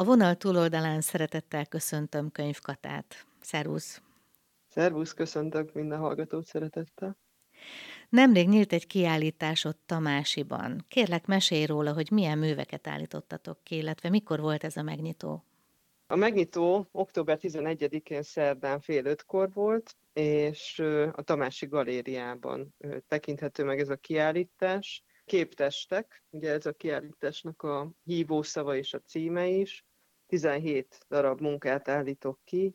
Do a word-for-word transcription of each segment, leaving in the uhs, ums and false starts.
A vonal túloldalán szeretettel köszöntöm Könyv Katát. Szervusz! Szervusz, köszöntök minden hallgatót szeretettel. Nemrég nyílt egy kiállítás ott Tamásiban. Kérlek, mesélj róla, hogy milyen műveket állítottatok ki, illetve mikor volt ez a megnyitó? A megnyitó október tizenegyedikén szerdán fél ötkor volt, és a Tamási Galériában tekinthető meg ez a kiállítás. Képtestek, ugye ez a kiállításnak a hívószava és a címe is. tizenhét darab munkát állítok ki,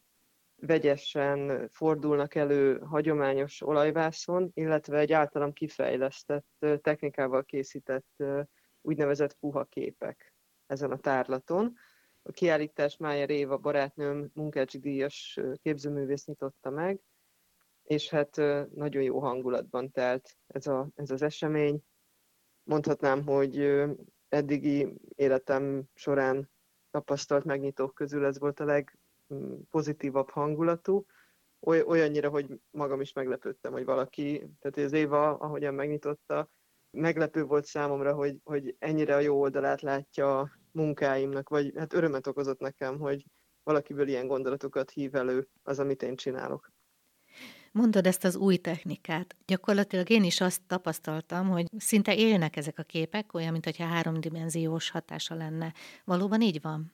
vegyesen fordulnak elő hagyományos olajvászon, illetve egy általam kifejlesztett technikával készített úgynevezett puha képek ezen a tárlaton. A kiállítást Májer Éva barátnőm munkácsi díjas képzőművész nyitotta meg, és hát nagyon jó hangulatban telt ez, a, ez az esemény. Mondhatnám, hogy eddigi életem során tapasztalt megnyitók közül ez volt a legpozitívabb hangulatú. Oly, olyannyira, hogy magam is meglepődtem, hogy valaki, tehát az Éva, ahogyan megnyitotta, meglepő volt számomra, hogy, hogy ennyire a jó oldalát látja a munkáimnak, vagy hát örömet okozott nekem, hogy valakiből ilyen gondolatokat hív elő az, amit én csinálok. Mondod ezt az új technikát. Gyakorlatilag én is azt tapasztaltam, hogy szinte élnek ezek a képek, olyan, mintha háromdimenziós hatása lenne. Valóban így van?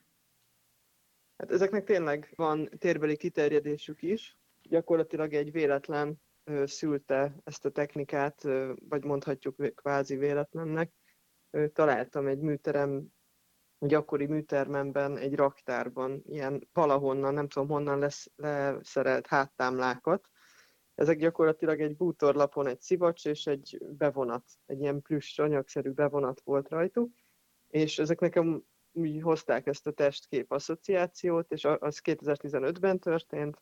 Hát ezeknek tényleg van térbeli kiterjedésük is. Gyakorlatilag egy véletlen ö, szülte ezt a technikát, ö, vagy mondhatjuk kvázi véletlennek. Ö, találtam egy műterem, egy akkori műtermemben, egy raktárban, ilyen valahonnan, nem tudom honnan lesz leszerelt háttámlákat. Ezek gyakorlatilag egy bútorlapon egy szivacs és egy bevonat, egy ilyen plüss anyagszerű bevonat volt rajtuk, és ezek nekem úgy hozták ezt a testkép asszociációt, és az kétezer-tizenötben történt,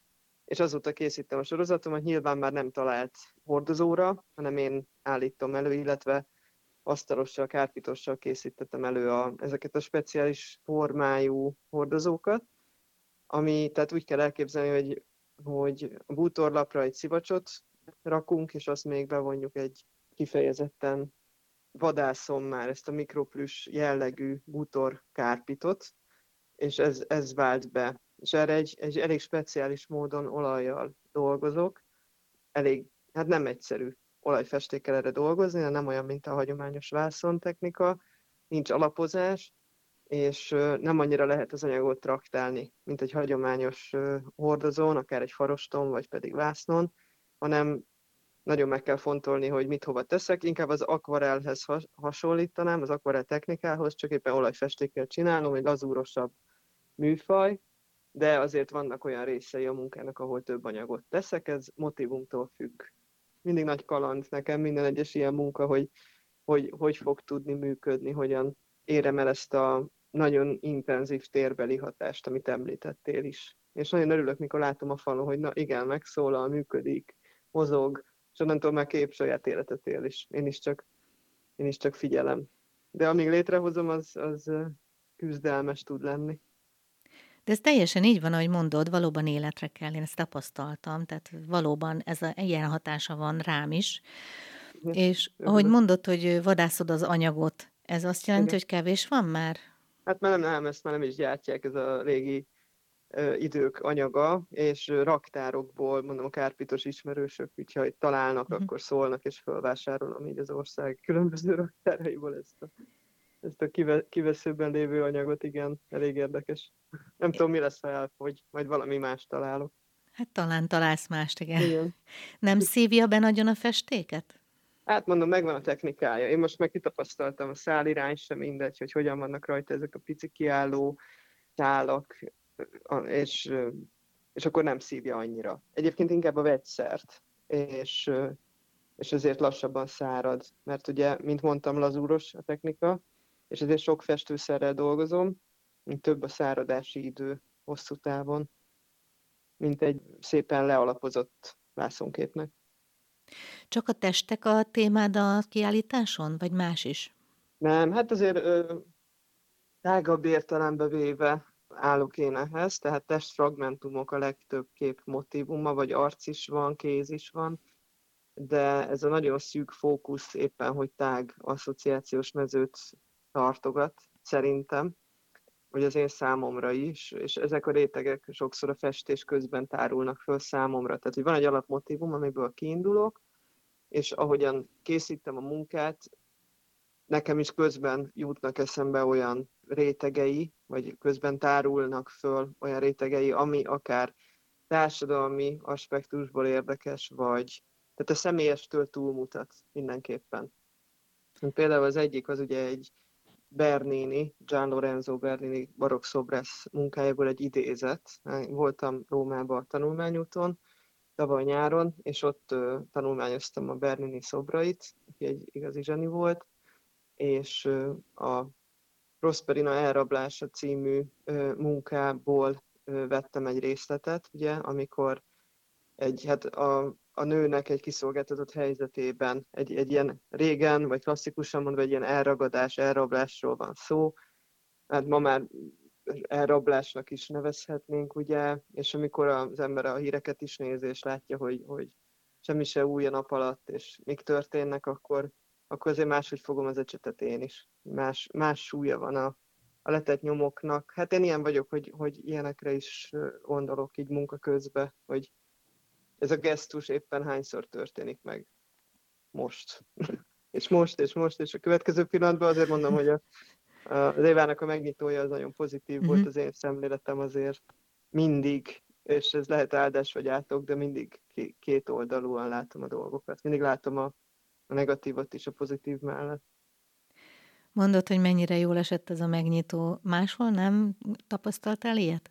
és azóta készítem a sorozatomat, nyilván már nem talált hordozóra, hanem én állítom elő, illetve asztalossal, kárpitossal készítettem elő a, ezeket a speciális formájú hordozókat, ami, tehát úgy kell elképzelni, hogy, hogy a bútorlapra egy szivacsot rakunk, és azt még bevonjuk egy kifejezetten vadászom már ezt a mikroplüss jellegű bútor kárpitot, és ez, ez vált be. És erre egy, egy elég speciális módon olajjal dolgozok. Elég, hát nem egyszerű olajfestékkel erre dolgozni, de nem olyan, mint a hagyományos vászontechnika, nincs alapozás, és nem annyira lehet az anyagot traktálni, mint egy hagyományos hordozón, akár egy faroston, vagy pedig vásznon, hanem nagyon meg kell fontolni, hogy mit hova teszek. Inkább az akvarelhez hasonlítanám, az akvarel technikához, csak éppen olajfestékkel csinálom, egy lazúrosabb műfaj, de azért vannak olyan részei a munkának, ahol több anyagot teszek, ez motívumtól függ. Mindig nagy kaland nekem minden egyes ilyen munka, hogy hogy, hogy fog tudni működni, hogyan érem el ezt a nagyon intenzív térbeli hatást, amit említettél is. És nagyon örülök, mikor látom a falon, hogy na igen, megszólal, működik, mozog, és onnantól már kép saját életet él is. Én is csak, én is csak figyelem. De amíg létrehozom, az, az küzdelmes tud lenni. De ez teljesen így van, ahogy mondod, valóban életre kell, én ezt tapasztaltam, tehát valóban ez a, ilyen hatása van rám is. És ahogy mondod, hogy vadászod az anyagot, ez azt jelenti, Igen. hogy kevés van már? Hát már nem, nem, ezt már nem is gyártják, ez a régi ö, idők anyaga, és ö, raktárokból, mondom, a kárpitos ismerősök, úgyha találnak, Uh-huh. akkor szólnak, és felvásárolom így az ország különböző raktáraiból ezt a, ezt a kive, kiveszőben lévő anyagot, igen, elég érdekes. Nem tudom, mi lesz, ha elfogy, majd valami más találok. Hát talán találsz mást, igen. Igen. Nem szívja be nagyon a festéket? Hát mondom, megvan a technikája. Én most meg kitapasztaltam a szálirány sem mindegy, hogy hogyan vannak rajta ezek a pici kiálló szálak, és, és akkor nem szívja annyira. Egyébként inkább a vegyszert, és, és ezért lassabban szárad, mert ugye, mint mondtam, lazúros a technika, és ezért sok festőszerrel dolgozom, mint több a száradási idő hosszú távon, mint egy szépen lealapozott vászonképnek. Csak a testek a témád a kiállításon, vagy más is? Nem, hát azért ö, tágabb értelembe véve állok én ehhez, tehát testfragmentumok a legtöbb kép motívuma, vagy arc is van, kéz is van, de ez a nagyon szűk fókusz éppen, hogy tág asszociációs mezőt tartogat, szerintem. vagy az én számomra is, és ezek a rétegek sokszor a festés közben tárulnak föl számomra. Tehát, hogy van egy alapmotívum, amiből kiindulok, és ahogyan készítem a munkát, nekem is közben jutnak eszembe olyan rétegei, vagy közben tárulnak föl olyan rétegei, ami akár társadalmi aspektusból érdekes, vagy tehát a személyestől túlmutat mindenképpen. Például az egyik az ugye egy Bernini, Gian Lorenzo Bernini barokkszobrász munkájából egy idézet. Voltam Rómában a tanulmányúton tavaly nyáron, és ott uh, tanulmányoztam a Bernini szobrait, aki egy igazi zseni volt, és uh, a Prosperina elrablása című uh, munkából uh, vettem egy részletet, ugye, amikor egy, hát a, a nőnek egy kiszolgáltatott helyzetében egy, egy ilyen régen, vagy klasszikusan mondva, egy ilyen elragadás, elrablásról van szó. Hát ma már elrablásnak is nevezhetnénk, ugye, és amikor az ember a híreket is nézi, és látja, hogy, hogy semmi se új a nap alatt, és mik történnek, akkor, akkor azért máshogy fogom az ecsetet én is. Más, más súlya van a, a letett nyomoknak. Hát én ilyen vagyok, hogy, hogy ilyenekre is gondolok így munka közben, hogy ez a gesztus éppen hányszor történik meg most. és most, és most, és a következő pillanatban azért mondom, hogy a, a, az Évának a megnyitója az nagyon pozitív uh-huh. volt, az én szemléletem azért mindig, és ez lehet áldás vagy átok, de mindig két oldalúan látom a dolgokat. Mindig látom a, a negatívat is a pozitív mellett. Mondod, hogy mennyire jól esett ez a megnyitó. Máshol nem tapasztaltál ilyet?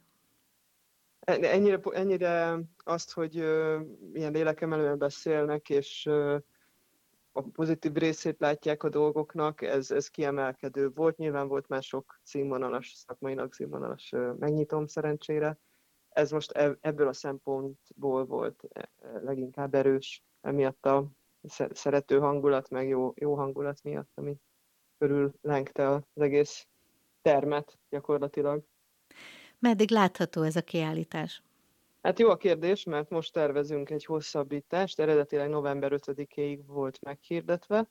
Ennyire, ennyire azt, hogy uh, ilyen lélekemelően beszélnek, és uh, a pozitív részét látják a dolgoknak, ez, ez kiemelkedő volt. Nyilván volt már sok színvonalas, szakmailag színvonalas uh, megnyitom szerencsére. Ez most ebből a szempontból volt leginkább erős, emiatt a szerető hangulat, meg jó, jó hangulat miatt, ami körül lengte az egész termet gyakorlatilag. Meddig látható ez a kiállítás? Hát jó a kérdés, mert most tervezünk egy hosszabbítást, eredetileg november ötödikéig volt meghirdetve,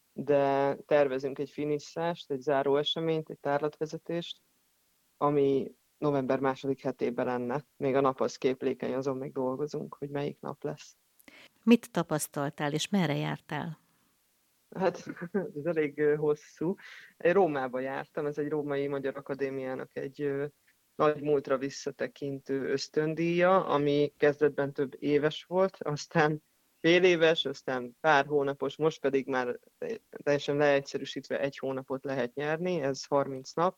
de tervezünk egy finisszást, egy záró eseményt, egy tárlatvezetést, ami november második hetében lenne. Még a nap az képlékeny, azon még dolgozunk, hogy melyik nap lesz. Mit tapasztaltál, és merre jártál? Hát ez elég hosszú. Én Rómába jártam, ez egy római magyar akadémiának egy nagy múltra visszatekintő ösztöndíja, ami kezdetben több éves volt, aztán fél éves, aztán pár hónapos, most pedig már teljesen leegyszerűsítve egy hónapot lehet nyerni, ez harminc nap.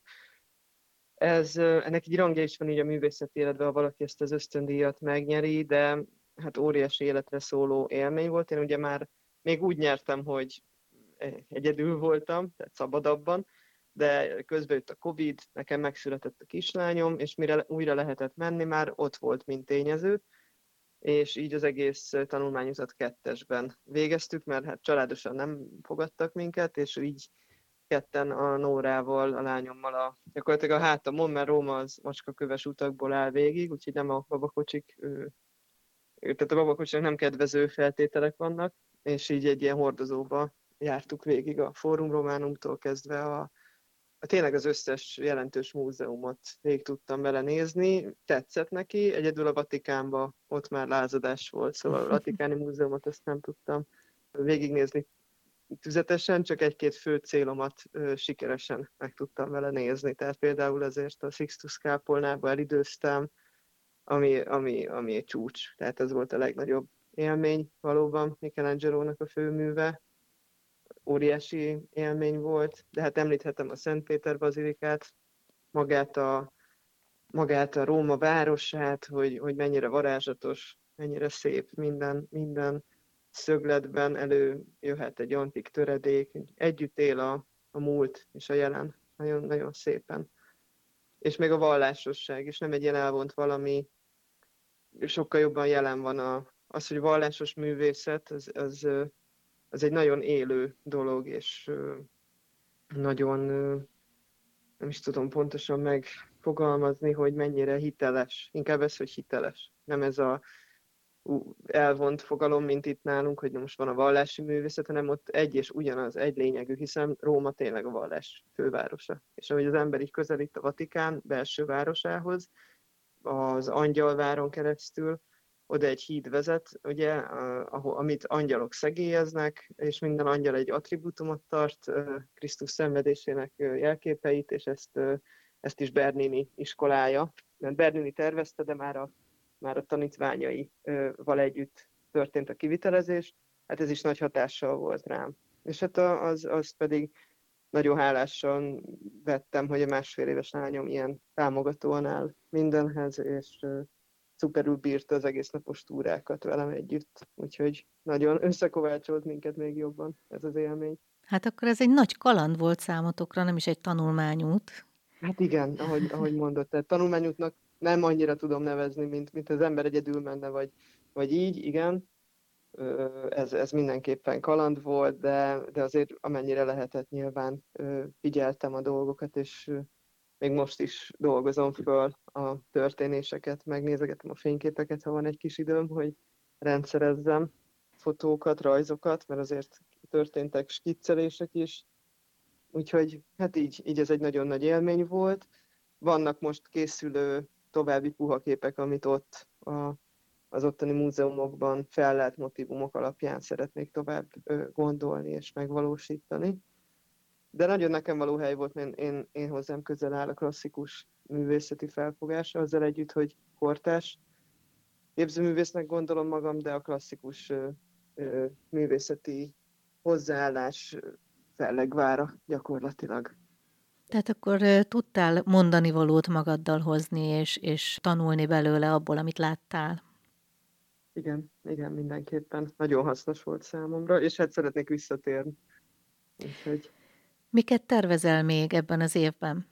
Ez, ennek egy rangja is van így a művészeti életben, ha valaki ezt az ösztöndíjat megnyeri, de hát óriási életre szóló élmény volt. Én ugye már még úgy nyertem, hogy egyedül voltam, tehát szabadabban, de közben jött a Covid, nekem megszületett a kislányom, és mire újra lehetett menni, már ott volt, mint tényező, és így az egész tanulmányozat kettesben végeztük, mert hát családosan nem fogadtak minket, és így ketten a Nórával, a lányommal, a, gyakorlatilag a hátamon, mert Róma az macskaköves utakból áll végig, úgyhogy nem a babakocsik, ő, tehát a babakocsiknak nem kedvező feltételek vannak, és így egy ilyen hordozóba jártuk végig a Fórum Románumtól kezdve a, a tényleg az összes jelentős múzeumot végig tudtam vele nézni, tetszett neki, egyedül a Vatikánban ott már lázadás volt, szóval a Vatikáni Múzeumot ezt nem tudtam végignézni tüzetesen, csak egy-két fő célomat ö, sikeresen meg tudtam vele nézni, tehát például ezért a Sixtus kápolnába elidőztem, ami, ami, ami egy csúcs, tehát ez volt a legnagyobb élmény valóban Michelangelónak a főműve, óriási élmény volt, de hát említhetem a Szent Péter bazilikát, magát a, magát a Róma városát, hogy, hogy mennyire varázslatos, mennyire szép minden, minden szögletben előjöhet egy antik töredék, együtt él a, a múlt és a jelen, nagyon, nagyon szépen. És még a vallásosság is nem egy ilyen elvont valami, sokkal jobban jelen van a, az, hogy vallásos művészet, az, az, az egy nagyon élő dolog, és nagyon, nem is tudom pontosan megfogalmazni, hogy mennyire hiteles. Inkább ez, hogy hiteles. Nem ez a elvont fogalom, mint itt nálunk, hogy most van a vallási művészet, hanem ott egy és ugyanaz, egy lényegű, hiszen Róma tényleg a vallás fővárosa. És ahogy az ember így közelít a Vatikán belső városához, az Angyalváron keresztül, oda egy híd vezet, ugye, ahol, amit angyalok szegélyeznek, és minden angyal egy attribútumot tart, Krisztus szenvedésének jelképeit, és ezt, ezt is Bernini iskolája. Mert Bernini tervezte, de már a, már a tanítványaival együtt történt a kivitelezés, hát ez is nagy hatással volt rám. És hát az, az pedig nagyon hálásan vettem, hogy a másfél éves lányom ilyen támogatóan áll mindenhez, és szuperül bírta az egész napos túrákat velem együtt. Úgyhogy nagyon összekovácsolt minket még jobban ez az élmény. Hát akkor ez egy nagy kaland volt számotokra, nem is egy tanulmányút. Hát igen, ahogy, ahogy mondott, tehát tanulmányútnak nem annyira tudom nevezni, mint, mint az ember egyedül menne, vagy, vagy így, igen. Ez, ez mindenképpen kaland volt, de, de azért amennyire lehetett nyilván figyeltem a dolgokat, és még most is dolgozom föl a történéseket, megnézegetem a fényképeket, ha van egy kis időm, hogy rendszerezzem fotókat, rajzokat, mert azért történtek skiccelések is. Úgyhogy hát így, így ez egy nagyon nagy élmény volt. Vannak most készülő további puha képek, amit ott a, az ottani múzeumokban fellelt motívumok alapján szeretnék tovább gondolni és megvalósítani. De nagyon nekem való hely volt, mert én, én hozzám közel áll a klasszikus művészeti felfogása, azzal együtt, hogy kortárs képzőművésznek gondolom magam, de a klasszikus ö, ö, művészeti hozzáállás fellegvára gyakorlatilag. Tehát akkor tudtál mondani valót magaddal hozni, és, és tanulni belőle abból, amit láttál? Igen, igen, mindenképpen. Nagyon hasznos volt számomra, és hát szeretnék visszatérni. Úgyhogy... Miket tervezel még ebben az évben?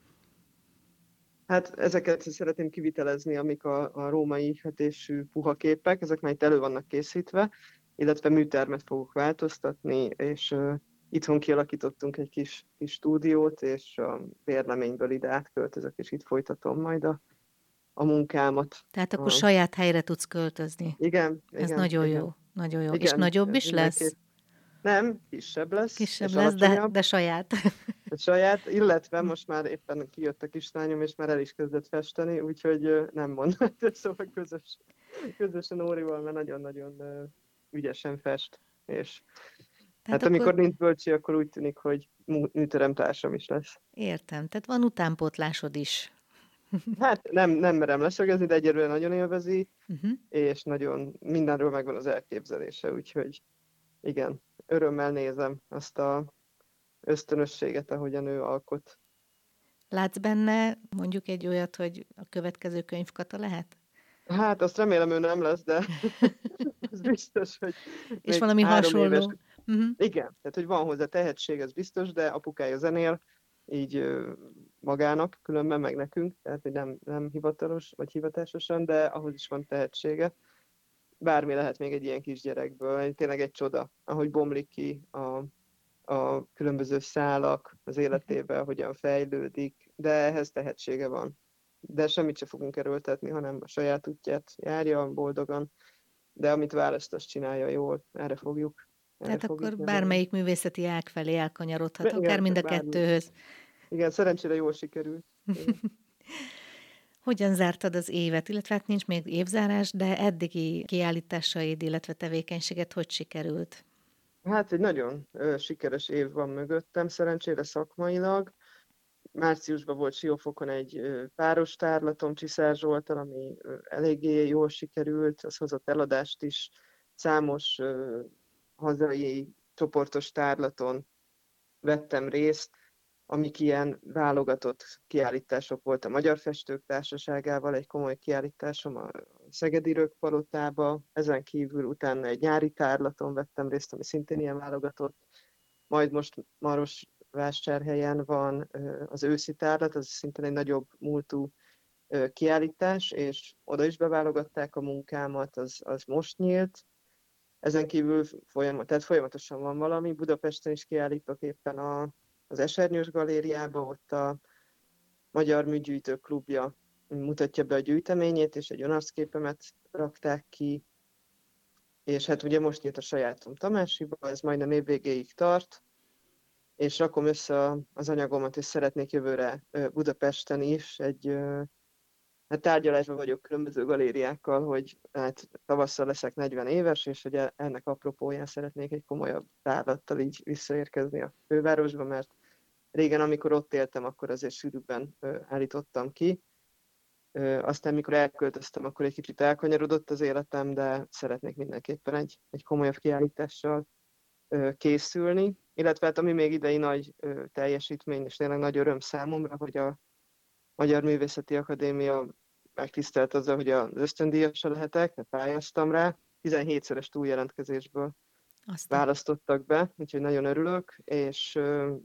Hát ezeket szeretném kivitelezni, amik a, a római ihletésű puha képek, ezek már itt elő vannak készítve, illetve műtermet fogok változtatni, és uh, itthon kialakítottunk egy kis, kis stúdiót, és a Vérleményből ide átköltözök, és itt folytatom majd a, a munkámat. Tehát akkor a... saját helyre tudsz költözni. Igen, Ez igen. nagyon igen. jó, nagyon jó. Igen, és nagyobb is lesz? Nem, kisebb lesz. Kisebb és lesz, de, de saját. A saját, illetve most már éppen kijött a kislányom, és már el is kezdett festeni, úgyhogy nem mondom, szóval közös, közösen Órival, mert nagyon-nagyon ügyesen fest. És tehát hát amikor akkor... nincs bölcsi, akkor úgy tűnik, hogy műteremtársam is lesz. Értem, tehát van utánpótlásod is. Hát nem, nem merem leszögezni, de egyelőre nagyon élvezi, uh-huh. és nagyon mindenről megvan az elképzelése, úgyhogy igen, örömmel nézem azt a ösztönösséget, ahogy a nő alkot. Látsz benne mondjuk egy olyat, hogy a következő könyvkata lehet? Hát azt remélem, ő nem lesz, de ez biztos, hogy és valami hasonló. Éves... Uh-huh. Igen, tehát hogy van hozzá tehetség, ez biztos, de apukája zenél, így magának, különben meg nekünk, tehát hogy nem, nem hivatalos, vagy hivatásosan, de ahhoz is van tehetsége. Bármi lehet még egy ilyen kisgyerekből, tényleg egy csoda, ahogy bomlik ki a, a különböző szálak az életében, hogyan fejlődik, de ehhez tehetsége van. De semmit se fogunk erőltetni, hanem a saját útját járja boldogan, de amit választ, azt csinálja jól, erre fogjuk. Erre Tehát fogjuk akkor nevelni. bármelyik művészeti ág felé elkanyarodhat, igen, akár mind a bármi. kettőhöz. Igen, szerencsére jól sikerült. Hogyan zártad az évet, illetve hát nincs még évzárás, de eddigi kiállításaid, illetve tevékenységet hogy sikerült? Hát egy nagyon ö, sikeres év van mögöttem, szerencsére szakmailag. Márciusban volt Siófokon egy ö, páros tárlatom Csiszár Zsolttal, ami ö, eléggé jól sikerült, az hozott eladást is, számos ö, hazai csoportos tárlaton vettem részt, amik ilyen válogatott kiállítások volt a Magyar Festők Társaságával, egy komoly kiállításom a Szegedi Rökpalotába, ezen kívül utána egy nyári tárlaton vettem részt, ami szintén ilyen válogatott, majd most Marosvásárhelyen van az őszi tárlat, az szintén egy nagyobb múltú kiállítás, és oda is beválogatták a munkámat, az, az most nyílt. Ezen kívül folyamat, tehát folyamatosan van valami, Budapesten is kiállítok éppen a az Esernyős Galériába, ott a Magyar Műgyűjtők Klubja mutatja be a gyűjteményét, és egy önarcképemet rakták ki. és hát ugye most nyílt a sajátom Tamásiba, ez majdnem évvégéig tart, és rakom össze az anyagomat, és szeretnék jövőre Budapesten is egy, hát tárgyalásban vagyok különböző galériákkal, hogy hát tavasszal leszek negyven éves, és hogy ennek apropóján szeretnék egy komolyabb tárlattal így visszaérkezni a fővárosba, mert régen, amikor ott éltem, akkor azért sűrűbben állítottam ki. Aztán, mikor elköltöztem, akkor egy kicsit elkanyarodott az életem, de szeretnék mindenképpen egy, egy komolyabb kiállítással készülni. Illetve hát ami még idei nagy teljesítmény, és tényleg nagy öröm számomra, hogy a Magyar Művészeti Akadémia megtisztelt azzal, hogy az ösztöndíjasa lehetek, mert pályáztam rá. tizenhétszeres túljelentkezésből Aztán. választottak be, úgyhogy nagyon örülök, és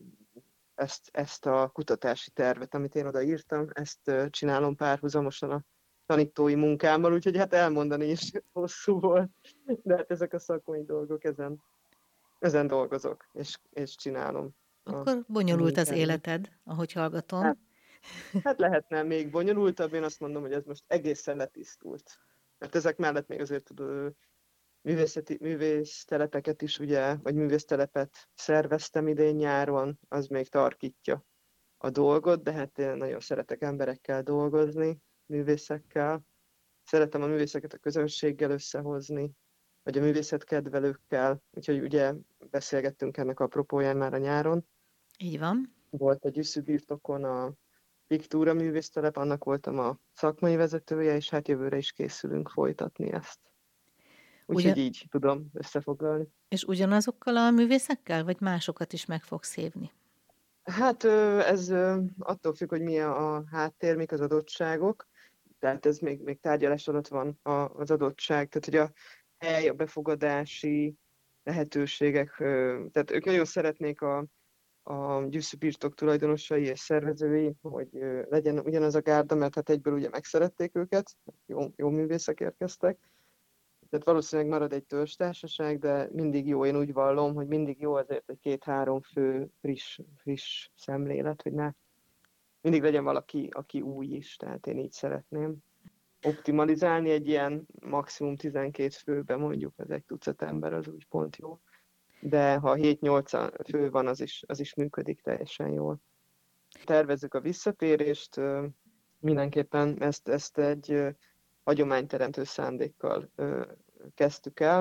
ezt, ezt a kutatási tervet, amit én odaírtam, ezt csinálom párhuzamosan a tanítói munkámmal, úgyhogy hát elmondani is hosszú volt, de hát ezek a szakmai dolgok, ezen, ezen dolgozok, és, és csinálom. Akkor bonyolult az életed, ahogy hallgatom. Hát, hát lehetne még bonyolultabb, én azt mondom, hogy ez most egészen letisztult. Mert ezek mellett még azért tudod, művészeti, művésztelepeket is, ugye, vagy művésztelepet szerveztem idén nyáron, az még tarkítja a dolgot, de hát én nagyon szeretek emberekkel dolgozni, művészekkel. Szeretem a művészeket a közönséggel összehozni, vagy a művészetkedvelőkkel, úgyhogy ugye beszélgettünk ennek apropóján már a nyáron. Így van. Volt egy üsszűbirtokon a Piktúra művésztelep, annak voltam a szakmai vezetője, és hát jövőre is készülünk folytatni ezt. Úgyhogy Ugyan... így tudom összefoglalni. És ugyanazokkal a művészekkel, vagy másokat is meg fogsz hívni? Hát ez attól függ, hogy mi a háttér, mik az adottságok. Tehát ez még, még tárgyalás alatt van az adottság. Tehát, hogy a hely, a befogadási lehetőségek, tehát ők nagyon szeretnék a, a gyűszűbirtok tulajdonosai és szervezői, hogy legyen ugyanaz a gárda, mert hát egyből ugye megszerették őket, jó, jó művészek érkeztek. Tehát valószínűleg marad egy törzstársaság, de mindig jó, én úgy vallom, hogy mindig jó azért egy két-három fő friss, friss szemlélet, hogy ne mindig legyen valaki, aki új is, tehát én így szeretném optimalizálni egy ilyen maximum tizenkét főbe, mondjuk az egy tucat ember, az úgy pont jó. De ha hét-nyolc fő van, az is, az is működik teljesen jól. Tervezzük a visszatérést, mindenképpen ezt, ezt egy hagyományteremtő szándékkal kezdtük el,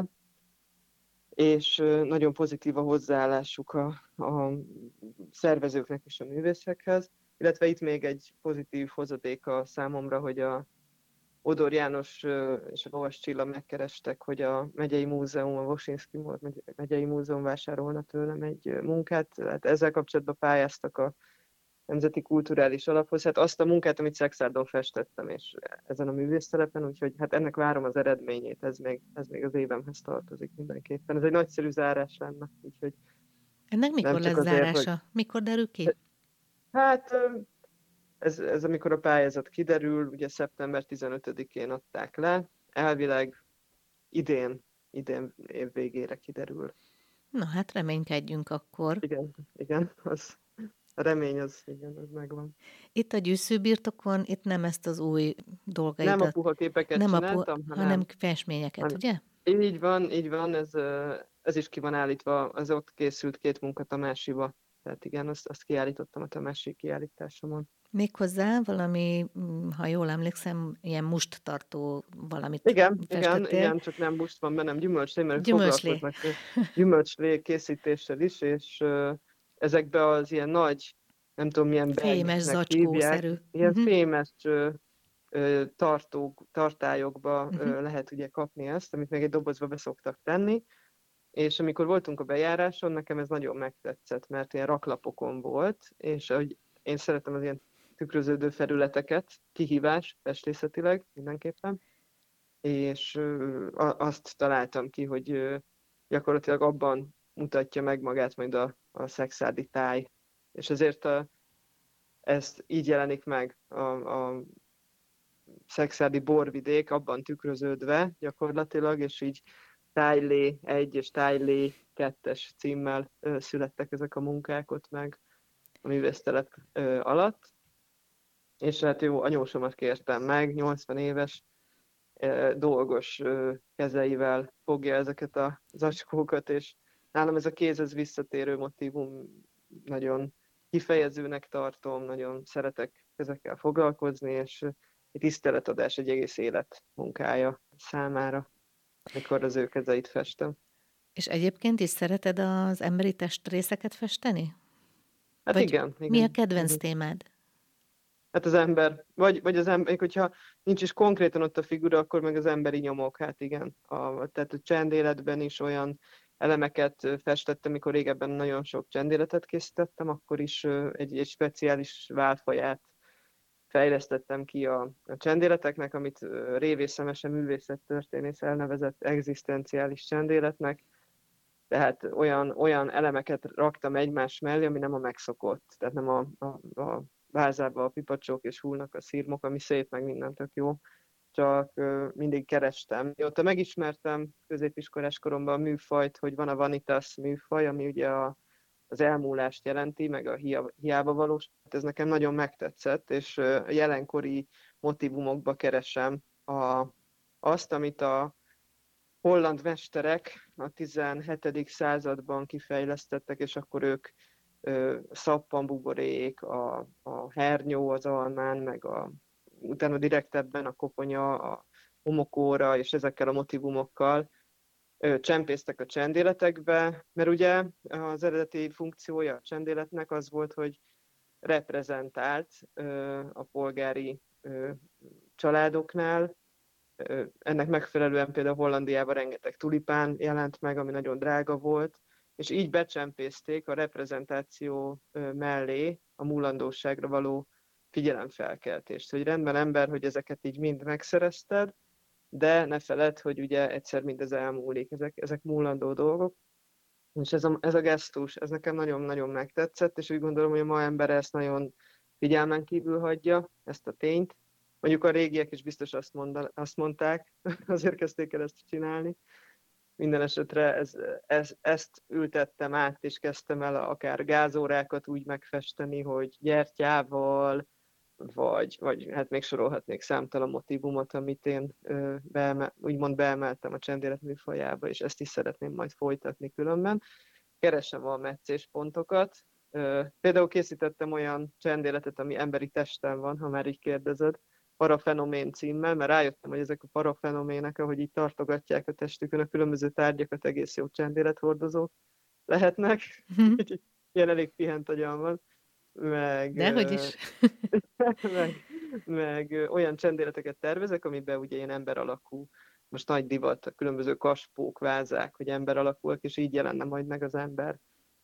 és nagyon pozitív a hozzáállásuk a, a szervezőknek és a művészekhez, illetve itt még egy pozitív hozadéka számomra, hogy a Odor János és a Lovas Csilla megkerestek, hogy a Megyei Múzeum, a Wosinski Megyei Múzeum vásárolna tőlem egy munkát, hát ezzel kapcsolatban pályáztak a Nemzeti Kulturális Alaphoz, hát azt a munkát, amit Szexárdon festettem, és ezen a művésztelepen, úgyhogy hát ennek várom az eredményét, ez még, ez még az évemhez tartozik mindenképpen. Ez egy nagyszerű zárás lenne, úgyhogy... Ennek mikor lesz azért, zárása? Hogy... Mikor derül ki? Hát ez, ez amikor a pályázat kiderül, ugye szeptember tizenötödikén adták le, elvileg idén, idén év végére kiderül. Na hát reménykedjünk akkor. Igen, igen, az... A remény az, igen, az megvan. Itt a gyűszűbirtokon, itt nem ezt az új dolgaidat. Nem a puha képeket nem csináltam, a puha, hanem... hanem festményeket, hanem, ugye? Így van, így van, ez, ez is ki van állítva, az ott készült két munka Tamásiba. Tehát igen, azt, azt kiállítottam a tamási kiállításomon. Méghozzá valami, ha jól emlékszem, ilyen musttartó valamit igen, festettél. Igen, igen, csak nem must van bennem, gyümölcslé, mert gyümölcslé. foglalkoznak gyümölcslé készítéssel is, és ezekbe az ilyen nagy, nem tudom milyen fémes zacskószerű. Ilyen uh-huh. fémes tartók, tartályokba uh-huh. lehet ugye kapni ezt, amit még egy dobozba be szoktak tenni, és amikor voltunk a bejáráson, nekem ez nagyon megtetszett, mert ilyen raklapokon volt, és ahogy én szeretem az ilyen tükröződő felületeket, kihívás festészetileg mindenképpen, és azt találtam ki, hogy gyakorlatilag abban mutatja meg magát majd a, a szexárdi táj, és ezért a, ezt így jelenik meg a, a szexárdi borvidék, abban tükröződve gyakorlatilag, és így Tájlé egy és Tájlé kettes címmel ö, születtek ezek a munkák ott meg a művésztelep ö, alatt. És hát jó, anyósomat kértem meg, nyolcvan éves, dolgos kezeivel fogja ezeket a zacskókat, és nálam ez a kéz, ez visszatérő motívum, nagyon kifejezőnek tartom, nagyon szeretek ezekkel foglalkozni, és egy tiszteletadás egy egész élet munkája számára, mikor az ő kezeit festem. És egyébként is szereted az emberi testrészeket festeni? Hát Vagy igen, igen. mi a kedvenc igen. témád? Hát az ember, vagy, vagy az ember, hogyha nincs is konkrétan ott a figura, akkor meg az emberi nyomok, hát igen. A, tehát a csendéletben is olyan elemeket festettem, mikor régebben nagyon sok csendéletet készítettem, akkor is egy, egy speciális válfaját fejlesztettem ki a, a csendéleteknek, amit Révész Szemese művészettörténész elnevezett egzisztenciális csendéletnek. Tehát olyan, olyan elemeket raktam egymás mellé, ami nem a megszokott, tehát nem a, a, a vázába a pipacsok és hullnak a szirmok, ami szép, meg minden tök jó, csak uh, mindig kerestem. Mióta megismertem középiskolás koromban a műfajt, hogy van a vanitas műfaj, ami ugye a, az elmúlást jelenti, meg a hiába, hiába valós. Ez nekem nagyon megtetszett, és uh, a jelenkori motivumokba keresem a, azt, amit a holland mesterek a tizenhetedik században kifejlesztettek, és akkor ők szappanbuborék, a, a hernyó az almán, meg a, utána direktebben a koponya, a homokóra, és ezekkel a motivumokkal ö, csempésztek a csendéletekbe, mert ugye az eredeti funkciója a csendéletnek az volt, hogy reprezentált ö, a polgári ö, családoknál. Ö, ennek megfelelően például Hollandiában rengeteg tulipán jelent meg, ami nagyon drága volt, és így becsempészték a reprezentáció mellé a múlandóságra való figyelemfelkeltést. Hogy rendben ember, hogy ezeket így mind megszerezted, de ne feledd, hogy ugye egyszer mindez elmúlik, ezek, ezek múlandó dolgok. És ez a, ez a gesztus, ez nekem nagyon-nagyon megtetszett, és úgy gondolom, hogy a ma ember ezt nagyon figyelmen kívül hagyja, ezt a tényt. Mondjuk a régiek is biztos azt, mondan, azt mondták, azért kezdték el ezt csinálni. Minden esetre ez, ez, ezt ültettem át, és kezdtem el akár gázórákat úgy megfesteni, hogy gyertyával, vagy, vagy hát még sorolhatnék számtalan motívumot, amit én ö, beemel, úgymond beemeltem a csendélet műfajába, és ezt is szeretném majd folytatni különben. Keresem a meccéspontokat. Ö, például készítettem olyan csendéletet, ami emberi testen van, ha már így kérdezed, Parafenomén címmel, mert rájöttem, hogy ezek a parafenomének, ahogy így tartogatják a testükön a különböző tárgyakat, egész jó csendélethordozók lehetnek. Ilyen elég pihent agyam van. Meg, Dehogy is. meg, meg olyan csendéleteket tervezek, amiben ugye ilyen ember alakú, most nagy divat, a különböző kaspók, vázák, hogy ember alakúak, és így jelenne majd meg az ember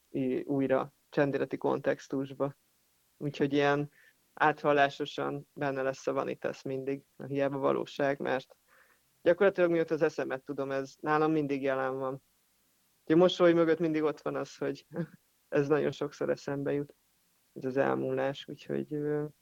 újra csendéleti kontextusba. Úgyhogy ilyen áthallásosan benne lesz a vanitas mindig, a hiába valóság, mert gyakorlatilag mióta az eszemet tudom, ez nálam mindig jelen van. A mosoly mögött mindig ott van az, hogy ez nagyon sokszor eszembe jut, ez az elmúlás, úgyhogy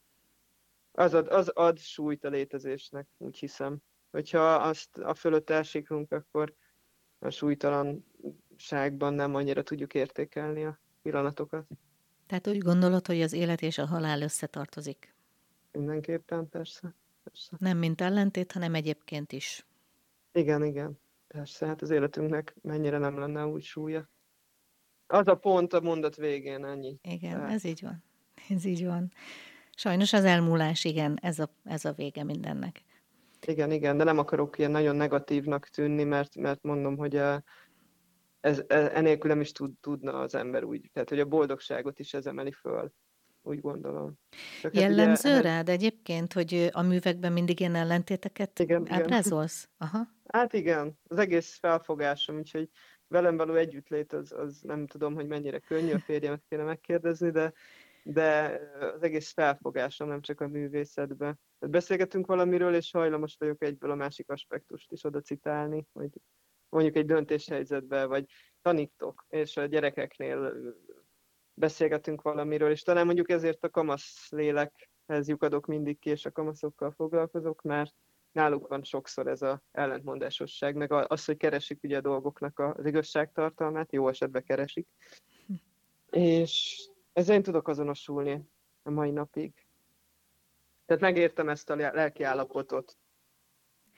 az ad, az ad súlyt a létezésnek, úgy hiszem. Hogyha azt a fölött elsiklunk, akkor a súlytalanságban nem annyira tudjuk értékelni a pillanatokat. Tehát úgy gondolod, hogy az élet és a halál összetartozik? Mindenképpen, persze. persze. Nem mint ellentét, hanem egyébként is. Igen, igen. Persze, hát az életünknek mennyire nem lenne úgy súlya. Az a pont a mondat végén, ennyi. Igen, Tehát... ez így van. Ez így van. Sajnos az elmúlás, igen, ez a, ez a vége mindennek. Igen, igen, de nem akarok ilyen nagyon negatívnak tűnni, mert, mert mondom, hogy a, ez, enélkül nem is tud, tudna az ember úgy, tehát hogy a boldogságot is ez emeli föl, úgy gondolom. Csak jellemző hát ugye, rád egyébként, hogy a művekben mindig ilyen ellentéteket igen, ábrázolsz? Aha. Hát igen, az egész felfogásom, úgyhogy velem való együttlét az, az nem tudom, hogy mennyire könnyű, a férjemet kéne megkérdezni, de, de az egész felfogásom, nem csak a művészetben. Tehát beszélgetünk valamiről, és hajlamos vagyok egyből a másik aspektust is oda citálni, hogy mondjuk egy döntéshelyzetben, vagy tanítok, és a gyerekeknél beszélgetünk valamiről, és talán mondjuk ezért a kamasz lélekhez lyukadok mindig ki, és a kamaszokkal foglalkozok, mert náluk van sokszor ez az ellentmondásosság, meg az, hogy keresik ugye a dolgoknak az igazságtartalmát, jó esetben keresik. Hm. És ezzel én tudok azonosulni a mai napig. Tehát megértem ezt a lelki állapotot.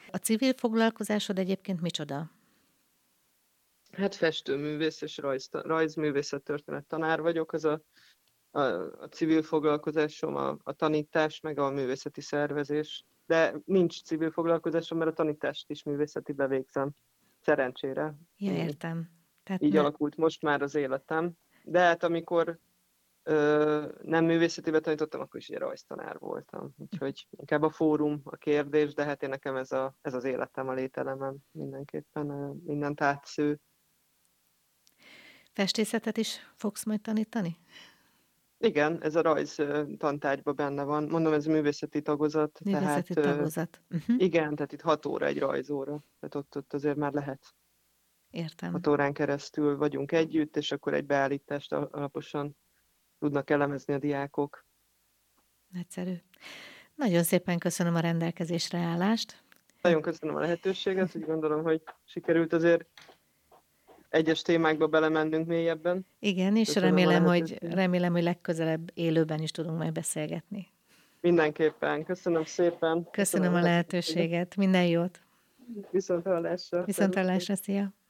A civil foglalkozásod egyébként micsoda? Hát festőművész és rajz, rajzművészettörténet tanár vagyok, az a, a, a civil foglalkozásom, a, a tanítás, meg a művészeti szervezés. De nincs civil foglalkozásom, mert a tanítást is művészetibe végzem. Szerencsére. Ja, értem. Tehát Így ne... alakult most már az életem. De hát amikor ö, nem művészetibe tanítottam, akkor is ugye rajztanár voltam. Úgyhogy inkább a fórum a kérdés, de hát én nekem ez, a, ez az életem, a lételemem mindenképpen mindent átsző. Festészetet is fogsz majd tanítani? Igen, ez a rajz tantárgyban benne van. Mondom, ez művészeti tagozat. Művészeti tehát, tagozat. Uh-huh. Igen, tehát itt hat óra egy rajzóra. Tehát ott, ott azért már lehet. Értem. Hat órán keresztül vagyunk együtt, és akkor egy beállítást alaposan tudnak elemezni a diákok. Nagyszerű. Nagyon szépen köszönöm a rendelkezésre állást. Nagyon köszönöm a lehetőséget, úgy gondolom, hogy sikerült azért egyes témákba belemennünk mélyebben. Igen, és Köszönöm remélem, hogy, remélem, hogy legközelebb élőben is tudunk majd beszélgetni. Mindenképpen. Köszönöm szépen. Köszönöm, köszönöm a lehetőséget. Minden jót. Viszonthallásra. Viszonthallásra, szia.